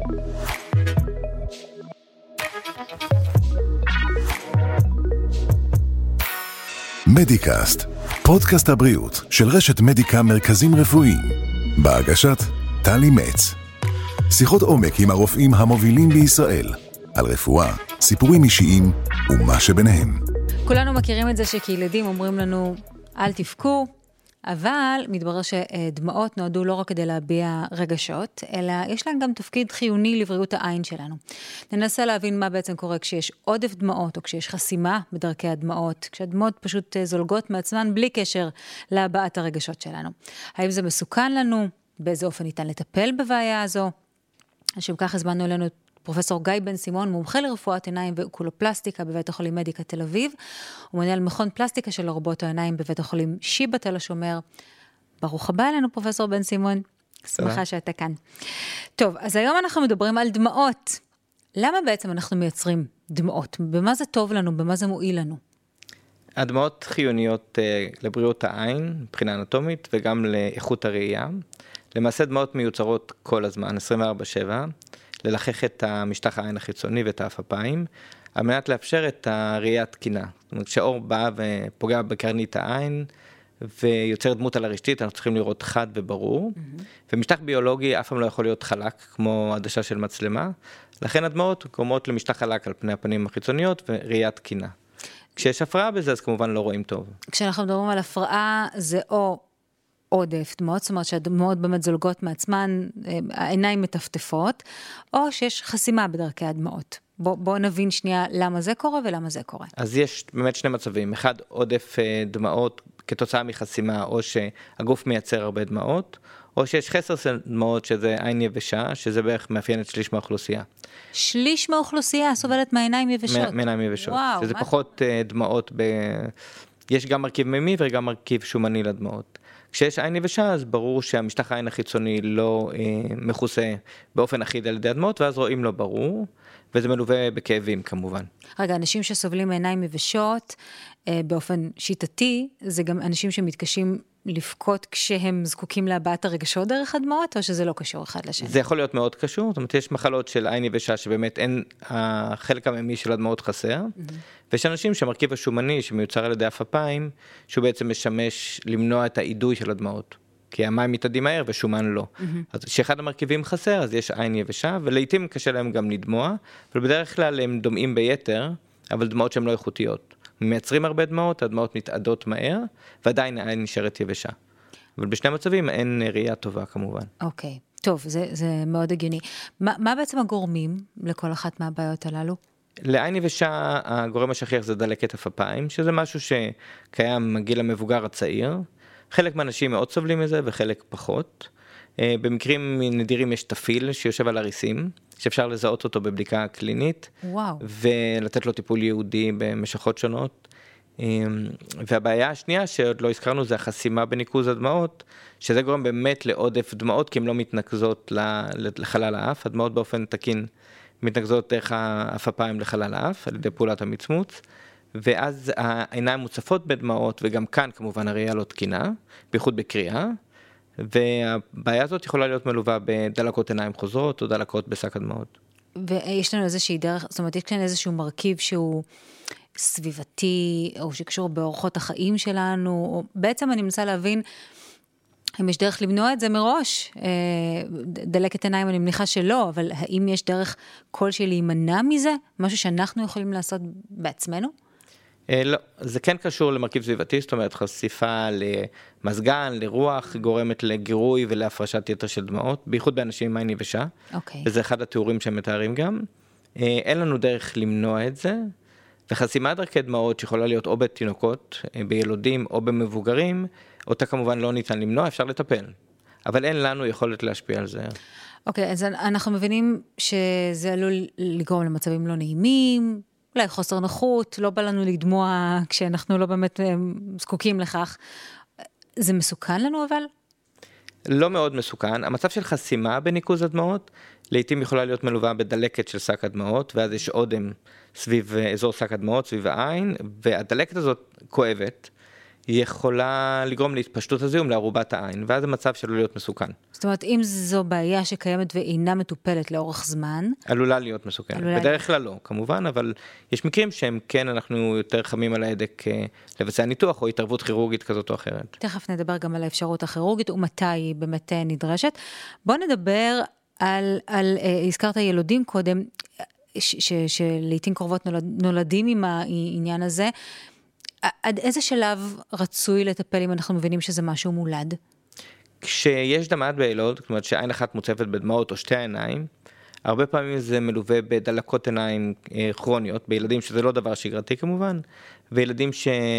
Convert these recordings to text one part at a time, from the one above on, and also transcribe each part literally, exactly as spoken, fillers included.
מדיקאסט, פודקאסט הבריאות של רשת מדיקה מרכזים רפואיים, בהגשת טלי מצ. שיחות עומק עם הרופאים המובילים בישראל, על רפואה, סיפורים אישיים ומה שביניהם. כולנו מכירים את זה שכילדים אומרים לנו, אל תבכו, אבל מתברר שדמעות נועדו לא רק כדי להביע רגשות, אלא יש להם גם תפקיד חיוני לבריאות העין שלנו. ננסה להבין מה בעצם קורה כשיש עודף דמעות, או כשיש חסימה בדרכי הדמעות, כשהדמעות פשוט זולגות מעצמן בלי קשר להבעת הרגשות שלנו. האם זה מסוכן לנו? באיזה אופן ניתן לטפל בבעיה הזו? לשם כך הזמנו אלינו פרופסור גיא בן סימון, מומחה לרפואת עיניים ואוקולופלסטיקה בבית החולים מדיקה תל אביב, ומנהל מכון פלסטיקה של רובוט העיניים בבית החולים שיבא תל השומר. ברוך הבא אלינו פרופסור בן סימון, שמחה שאתה כאן. טוב, אז היום אנחנו מדברים על דמעות. למה בעצם אנחנו מייצרים דמעות? במה זה טוב לנו? במה זה מועיל לנו? הדמעות חיוניות uh, לבריאות העין, מבחינה אנטומית, וגם לאיכות הראייה. למעשה דמעות מיוצרות כל הזמן, עשרים וארבע שבע, ללחך את המשטח העין החיצוני ואת האפפיים, על מנת לאפשר את הראייה התקינה. זאת אומרת, כשאור בא ופוגע בקרנית העין, ויוצר דמות על הרשתית, אנחנו צריכים לראות חד וברור. Mm-hmm. ומשטח ביולוגי אף פעם לא יכול להיות חלק, כמו עדשה של מצלמה. לכן הדמעות קורמות למשטח חלק על פני הפנים החיצוניות וראייה תקינה. כשיש הפרעה בזה, אז כמובן לא רואים טוב. כשאנחנו מדברים על הפרעה, זה או עודף דמעות, זאת אומרת שהדמעות באמת זולגות מעצמן, העיניים מטפטפות, או שיש חסימה בדרכי הדמעות. בוא, בוא נבין שנייה למה זה קורה ולמה זה קורה. אז יש באמת שני מצבים. אחד, עודף דמעות כתוצאה מחסימה, או שהגוף מייצר הרבה דמעות, או שיש חסר של דמעות, שזה עין יבשה, שזה בערך מאפיין את שליש מהאוכלוסייה. שליש מהאוכלוסייה סובלת מהעיניים יבשות? מעיניים יבשות. וואו, שזה מה? פחות דמעות, ב... יש גם מרכיב מימי וגם מרכיב שומני לדמעות. כשיש עין יבשה, אז ברור שהמשטח העין החיצוני לא אה, מכוסה באופן אחיד על ידי הדמעות, ואז רואים לו ברור, וזה מלווה בכאבים כמובן. רגע, אנשים שסובלים מעיניים יבשות אה, באופן שיטתי, זה גם אנשים שמתקשים לבכות כשהם זקוקים להבעת הרגשות דרך הדמעות, או שזה לא קשור אחד לשני? זה יכול להיות מאוד קשור, זאת אומרת, יש מחלות של עין יבשה שבאמת אין, החלק המימי של הדמעות חסר, mm-hmm. ויש אנשים שהמרכיב השומני שמיוצר על ידי אפפיים, שהוא בעצם משמש למנוע את העידוי של הדמעות, כי המים מתאדים מהר ושומן לא. Mm-hmm. אז כשאחד המרכיבים חסר, אז יש עין יבשה, ולעיתים קשה להם גם לדמוע, אבל בדרך כלל הם דומעים ביתר, אבל דמעות שהן לא איכותיות. מייצרים הרבה דמעות, הדמעות מתאדות מהר, ועדיין העין נשארת יבשה. אבל בשני המצבים אין ראייה טובה כמובן. אוקיי, טוב, זה, זה מאוד הגיוני. מה, מה בעצם הגורמים לכל אחת מהבעיות הללו? לעין יבשה, הגורם השכיח זה דלקת אפפיים, שזה משהו שקיים מגיל המבוגר הצעיר. חלק מהאנשים מאוד סובלים מזה וחלק פחות. במקרים נדירים יש תפיל שיושב על הריסים, שאפשר לזהות אותו בבדיקה קלינית, וואו. ולתת לו טיפול ייעודי במשכות שונות. והבעיה השנייה שעוד לא הזכרנו זה החסימה בניקוז הדמעות, שזה גורם באמת לעודף דמעות, כי הן לא מתנקזות לחלל האף, הדמעות באופן תקין מתנקזות דרך האפפיים לחלל האף, על ידי פעולת המצמוץ, ואז העיניים מוצפות בדמעות, וגם כאן כמובן הראייה לא תקינה, בייחוד בקריאה, והבעיה הזאת יכולה להיות מלווה בדלקות עיניים חוזרות, או דלקות בשק הדמעות. ויש לנו איזושהי דרך, זאת אומרת, יש כאן איזשהו מרכיב שהוא סביבתי, או שקשור באורחות החיים שלנו, או בעצם אני מנסה להבין, אם יש דרך למנוע את זה מראש, דלקת עיניים אני מניחה שלא, אבל האם יש דרך כלשהי להימנע מזה? משהו שאנחנו יכולים לעשות בעצמנו? לא, זה כן קשור למרכיב סביבתי, זאת אומרת חשיפה למזגן, לרוח, גורמת לגירוי ולהפרשת יתר של דמעות, בייחוד באנשים עם עין יבשה, okay. וזה אחד התיאורים שהם מתארים גם. אין לנו דרך למנוע את זה, וחסימת דרכי דמעות שיכולה להיות או בתינוקות, בילודים או במבוגרים, אותה כמובן לא ניתן למנוע, אפשר לטפל, אבל אין לנו יכולת להשפיע על זה. אוקיי, okay, אז אנחנו מבינים שזה עלול לגרום למצבים לא נעימים, אולי חוסר נוחות, לא בא לנו לדמוע כשאנחנו לא באמת זקוקים לכך. זה מסוכן לנו אבל? לא מאוד מסוכן. המצב של חסימה בניקוז הדמעות, לעתים יכולה להיות מלווה בדלקת של שק הדמעות, ואז יש עודם סביב אזור שק הדמעות, סביב העין, והדלקת הזאת כואבת. היא יכולה לגרום להתפשטות הזיהום לארובת העין, ואז זה מצב שלא להיות מסוכן. זאת אומרת, אם זו בעיה שקיימת ואינה מטופלת לאורך זמן, עלולה להיות מסוכנת. עלולה... בדרך כלל לא, כמובן, אבל יש מקרים שהם כן, אנחנו יותר חמים על ההדק לבצע ניתוח או התערבות כירורגית כזאת או אחרת. תכף נדבר גם על האפשרות הכירורגית ומתי היא באמת נדרשת. בוא נדבר על, על הזכרת ילודים קודם, שלעיתים קרובות נולד, נולדים עם העניין הזה. עד איזה שלב רצוי לטפל אם אנחנו מבינים שזה משהו מולד? כשיש דמעת בילוד, כלומר שעין אחת מוצפת בדמעות או שתי העיניים, הרבה פעמים זה מלווה בדלקות עיניים כרוניות, בילדים שזה לא דבר שגרתי כמובן, וילדים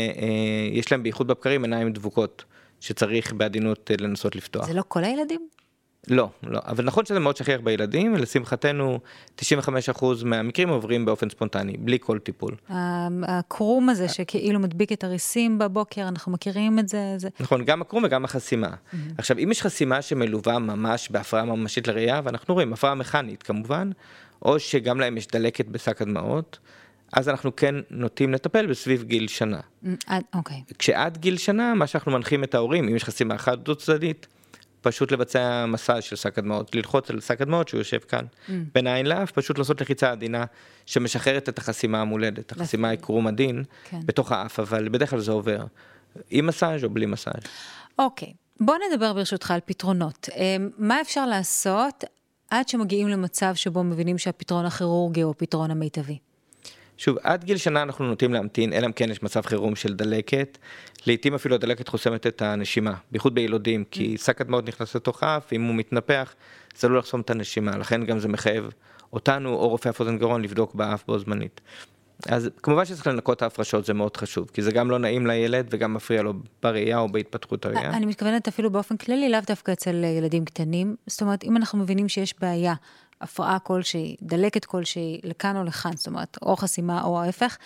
שיש להם בייחוד בבקרים עיניים דבוקות, שצריך בעדינות לנסות לפתוח. זה לא כל הילדים? לא, לא, אבל נכון שזה מאוד שכיח בילדים, ולשמחתנו תשעים וחמישה אחוז מהמקרים עוברים באופן ספונטני, בלי כל טיפול. הקרום הזה שכאילו מדביק את הריסים בבוקר, אנחנו מכירים את זה? זה... נכון, גם הקרום וגם החסימה. Mm-hmm. עכשיו, אם יש חסימה שמלווה ממש בהפרעה ממשית לראייה, ואנחנו רואים הפרעה מכנית כמובן, או שגם להם יש דלקת בשק הדמעות, אז אנחנו כן נוטים לטפל בסביב גיל שנה. אוקיי. Mm-hmm. כשעד גיל שנה, מה שאנחנו מנחים את ההורים, אם יש חסימה אחת דו צדדית, פשוט לבצע מסאז' של שק הדמעות, ללחוץ על שק הדמעות שהוא יושב כאן, mm. בין העין לאף, פשוט לעשות לחיצה עדינה שמשחררת את החסימה המולדת. החסימה היא קרום עדין כן. בתוך האף, אבל בדרך כלל זה עובר. עם מסאז' או בלי מסאז'. אוקיי, בוא נדבר ברשותך על פתרונות. מה אפשר לעשות עד שמגיעים למצב שבו מבינים שהפתרון הכירורגי הוא הפתרון המיטבי? שוב, עד גיל שנה אנחנו נוטים להמתין, אלא אם כן יש מצב חירום של דלקת. לעתים אפילו הדלקת חוסמת את הנשימה, בייחוד בילודים, כי שק הדמעות נכנס לתוך האף, ואם הוא מתנפח, זה לא לחסום את הנשימה. לכן גם זה מחייב אותנו, או רופא אף אוזן גרון, לבדוק באף בו זמנית. אז כמובן שצריך לנקות ההפרשות, זה מאוד חשוב, כי זה גם לא נעים לילד, וגם מפריע לו בראייה או בהתפתחות הראייה. אני מתכוונת אפילו באופן כללי, לאו דווקא אצל ילדים קטנים. זאת אומרת, אם אנחנו מבינים שיש בעיה, הפרעה כלשהי, דלקת כלשהי, לכאן או לכאן, זאת אומרת, או חסימה או ההפך,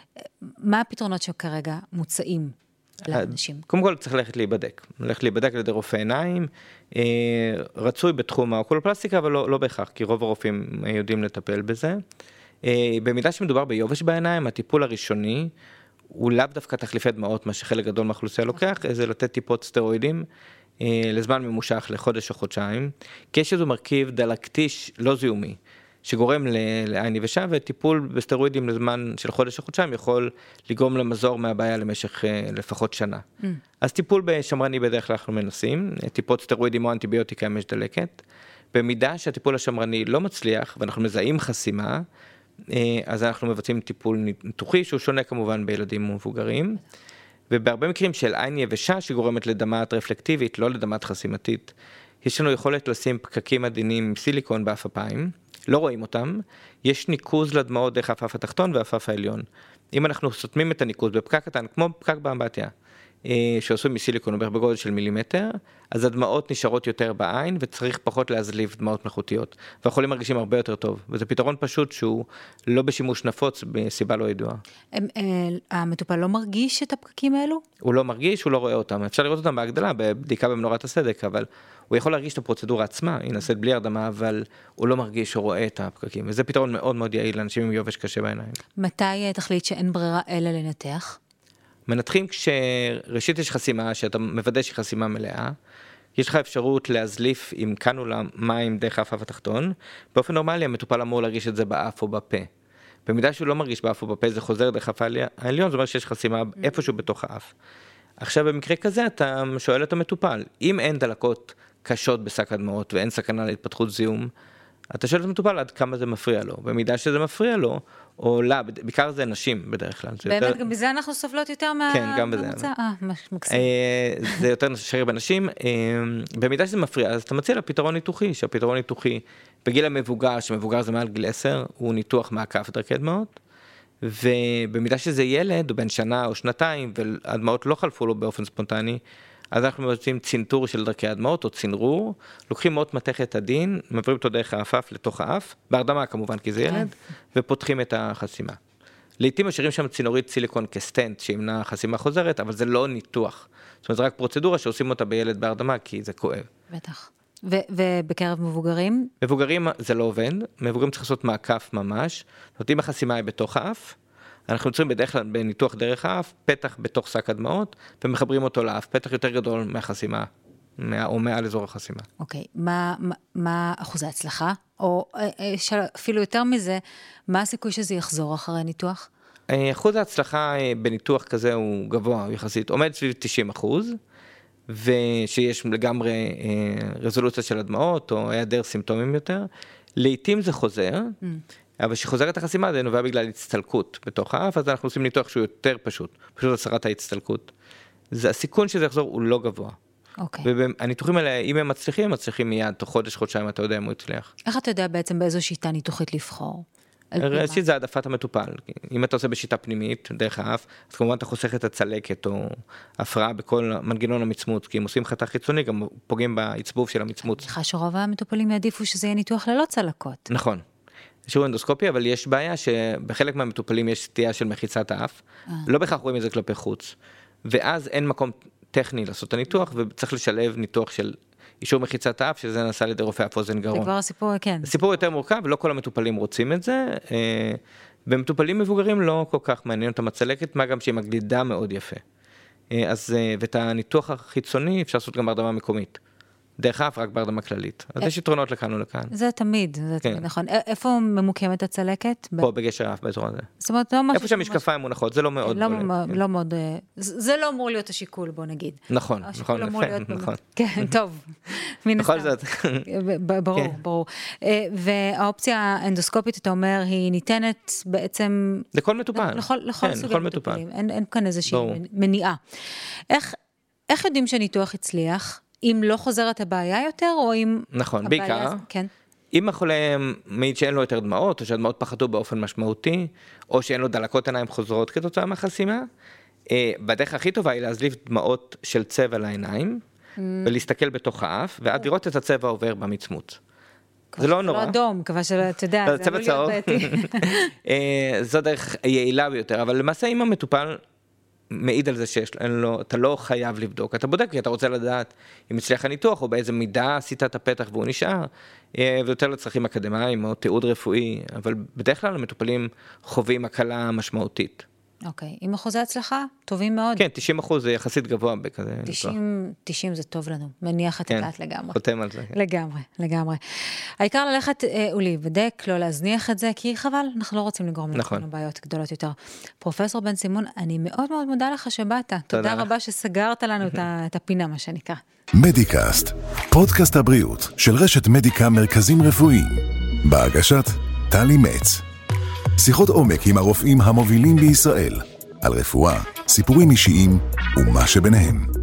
מה הפתרונות שכרגע מוצאים לאנשים? קודם כל צריך ללכת להיבדק, ללכת להיבדק על ידי רופא עיניים, רצוי בתחום האוקולופלסטיקה, אבל לא, לא בהכרח, כי רוב הרופאים יודעים לטפל בזה. במידה שמדובר ביובש בעיניים, הטיפול הראשוני הוא לאו דווקא תחליפי דמעות, מה שחלק גדול מהאוכלוסייה לוקח, זה לתת טיפות סטרואידים, לזמן ממושך לחודש או חודשיים, כי יש איזו מרכיב דלקתי לא זיהומי, שגורם לעין יבשה, וטיפול בסטרואידים לזמן של חודש או חודשיים יכול לגרום למזור מהבעיה למשך לפחות שנה. Mm. אז טיפול בשמרני בדרך כלל אנחנו מנסים, טיפות סטרואידים או אנטיביוטיקה אם יש דלקת, במידה שהטיפול השמרני לא מצליח, ואנחנו מזהים חסימה, אז אנחנו מבצעים טיפול ניתוחי, שהוא שונה כמובן בילדים ומבוגרים, ובהרבה מקרים של עין יבשה שגורמת לדמעת רפלקטיבית, לא לדמעת חסימתית, יש לנו יכולת לשים פקקים עדינים עם סיליקון באף אפיים, לא רואים אותם, יש ניקוז לדמעות דרך האף התחתון והאף העליון. אם אנחנו סותמים את הניקוז בפקק קטן, כמו פקק באמבטיה, שעשוי מסיליקון או בגודל של מילימטר, אז הדמעות נשארות יותר בעין, וצריך פחות להזליב דמעות מלאכותיות. והחולים מרגישים הרבה יותר טוב. וזה פתרון פשוט שהוא לא בשימוש נפוץ, בסיבה לא ידועה. המטופל לא מרגיש את הפקקים האלו? הוא לא מרגיש, הוא לא רואה אותם. אפשר לראות אותם בהגדלה, בבדיקה במנורת הסדק, אבל הוא יכול להרגיש את הפרוצדורה עצמה, היא נעשית בלי הרדמה, אבל הוא לא מרגיש או רואה את הפקקים. וזה פתרון מאוד מאוד יעיל לאנשים עם יובש קשה בעיניים. מתי תחליט שאין ברירה אלא לנתח? מנתחים כשראשית יש חסימה, שאתה מוודא שהיא חסימה מלאה, יש לך אפשרות להזליף עם קנולה מים דרך האף התחתון, באופן נורמלי המטופל אמור להרגיש את זה באף או בפה. במידה שהוא לא מרגיש באף או בפה, זה חוזר דרך האף העליון, זאת אומרת שיש חסימה איפשהו בתוך האף. עכשיו במקרה כזה אתה שואל את המטופל, אם אין דלקות קשות בשק הדמעות ואין סכנה להתפתחות זיהום, אתה שואל את המטופל עד כמה זה מפריע לו, במידה שזה מפריע לו, או לא, בעיקר זה נשים בדרך כלל. באמת, יותר... גם בזה אנחנו סובלות יותר מה... כן, גם בזה. אה, מקסים. זה יותר שרי בנשים. במידה שזה מפריע, אז אתה מציע לה פתרון ניתוחי, שהפתרון ניתוחי בגיל המבוגר, שמבוגר זה מעל גיל עשר, הוא ניתוח מעקף דרכי דמעות, ובמידה שזה ילד, הוא בן שנה או שנתיים, והדמעות לא חלפו לו באופן ספונטני, אז אנחנו מבצעים צינטור של דרכי הדמעות או צינרור, לוקחים מוט מתכת עדין, מעבירים אותו דרך האף לתוך האף, בהרדמה כמובן כי זה ילד, ופותחים את החסימה. לעתים משאירים שם צינורית סיליקון כסטנט שימנע חסימה חוזרת, אבל זה לא ניתוח. זאת אומרת, זה רק פרוצדורה שעושים אותה בילד בהרדמה כי זה כואב. בטח. ו- ובקרב מבוגרים? מבוגרים זה לא עובד, מבוגרים צריך לעשות מעקף ממש. זאת אומרת, אם החסימה היא בתוך האף, אנחנו יוצרים בדרך כלל בניתוח דרך האף, פתח בתוך שק הדמעות, ומחברים אותו לאף, פתח יותר גדול מהחסימה, או מעל אזור החסימה. אוקיי, מה, מה, מה אחוז ההצלחה? או אפילו יותר מזה, מה הסיכוי שזה יחזור אחרי ניתוח? אחוז ההצלחה בניתוח כזה הוא גבוה, יחסית, עומד סביב תשעים אחוז, ושיש לגמרי רזולוציה של הדמעות, או היעדר סימפטומים יותר. לעתים זה חוזר, mm. אבל שחוזרת החסימה זה נובע בגלל הצטלקות בתוך האף, אז אנחנו עושים ניתוח שהוא יותר פשוט, פשוט הסרת ההצטלקות. זה, הסיכון שזה יחזור הוא לא גבוה. אוקיי. והניתוחים האלה, אם הם מצליחים, הם מצליחים מיד, תוך חודש, חודשיים, אתה יודע אם הוא יצליח. איך אתה יודע בעצם באיזו שיטה ניתוחית לבחור? ראשית זה העדפת המטופל. אם אתה עושה בשיטה פנימית, דרך האף, אז כמובן אתה חוסך את הצלקת או הפרעה בכל מנגנון המצמוץ, כי אם עושים חתך חיצוני, גם פוגעים בעצבוב של המצמוץ. אני חושב שרוב המטופלים יעדיפו שזה יהיה ניתוח ללא צלקות. נכון. יש אנדוסקופי, אבל יש בעיה שבחלק מהמטופלים יש סטייה של מחיצת האף, לא בכך רואים את זה כלפי חוץ, ואז אין מקום טכני לעשות את הניתוח, וצריך לשלב ניתוח של אישור מחיצת האף, שזה נעשה על ידי רופא אף אוזן גרון. זה כבר הסיפור, כן. הסיפור יותר מורכב, ולא כל המטופלים רוצים את זה, במטופלים מבוגרים לא כל כך מעניין אותם הצלקת, מה גם שהיא מגלידה מאוד יפה. אז, ואת הניתוח החיצוני אפשר לעשות גם בהרדמה מקומית. דרך אף רק בהרדמה כללית. אז יש יתרונות לכאן ולכאן. זה תמיד, זה תמיד נכון. איפה ממוקמת הצלקת? פה בגשר האף באזור הזה. זאת אומרת, לא משהו... איפה שהמשקפיים מונחות, זה לא מאוד בולט. לא מאוד, זה לא אמור להיות השיקול, בוא נגיד. נכון, נכון, נכון. כן, טוב. בכל זאת. ברור, ברור. והאופציה האנדוסקופית, אתה אומר, היא ניתנת בעצם... לכל מטופל. לכל סוגי מטופלים. אין כאן איזושהי מניעה. איך יודעים שהניתוח הצליח? אם לא חוזרת הבעיה יותר, או אם... נכון, בעיקר. כן. אם החולה מעיד שאין לו יותר דמעות, או שהדמעות פחתו באופן משמעותי, או שאין לו דלקות עיניים חוזרות כתוצאה מהחסימה, בדרך הכי טובה היא להזליף דמעות של צבע לעיניים, ולהסתכל בתוך האף, ועד לראות את הצבע עובר במצמוץ. זה לא נורא. לא אדום, כבר שאתה יודע, זה עלול להיות בעייתי. זו דרך יעילה ביותר, אבל למעשה אם המטופל מעיד על זה שאתה לא חייב לבדוק, אתה בודק כי אתה רוצה לדעת אם הצליח הניתוח או באיזה מידה עשית את הפתח והוא נשאר, ויותר לצרכים אקדמיים או תיעוד רפואי, אבל בדרך כלל המטופלים חווים הקלה משמעותית. אוקיי, עם אחוזי הצלחה, טובים מאוד. כן, תשעים אחוז זה יחסית גבוה בכזה ניתוח. תשעים זה טוב לנו, מניח את הדעת לגמרי. חותם על זה. לגמרי, לגמרי. העיקר ללכת ולהיבדק, לא להזניח את זה, כי חבל, אנחנו לא רוצים לגרום לנו בעיות גדולות יותר. פרופסור בן סימון, אני מאוד מאוד מודה לך שבאת. תודה רבה שסגרת לנו את הפינה, מה שנקרא. מדיקאסט, פודקאסט הבריאות של רשת מדיקה מרכזים רפואיים. בהגשת טלי מצ. שיחות עומק עם הרופאים המובילים בישראל, על רפואה, סיפורים אישיים ומה שביניהם.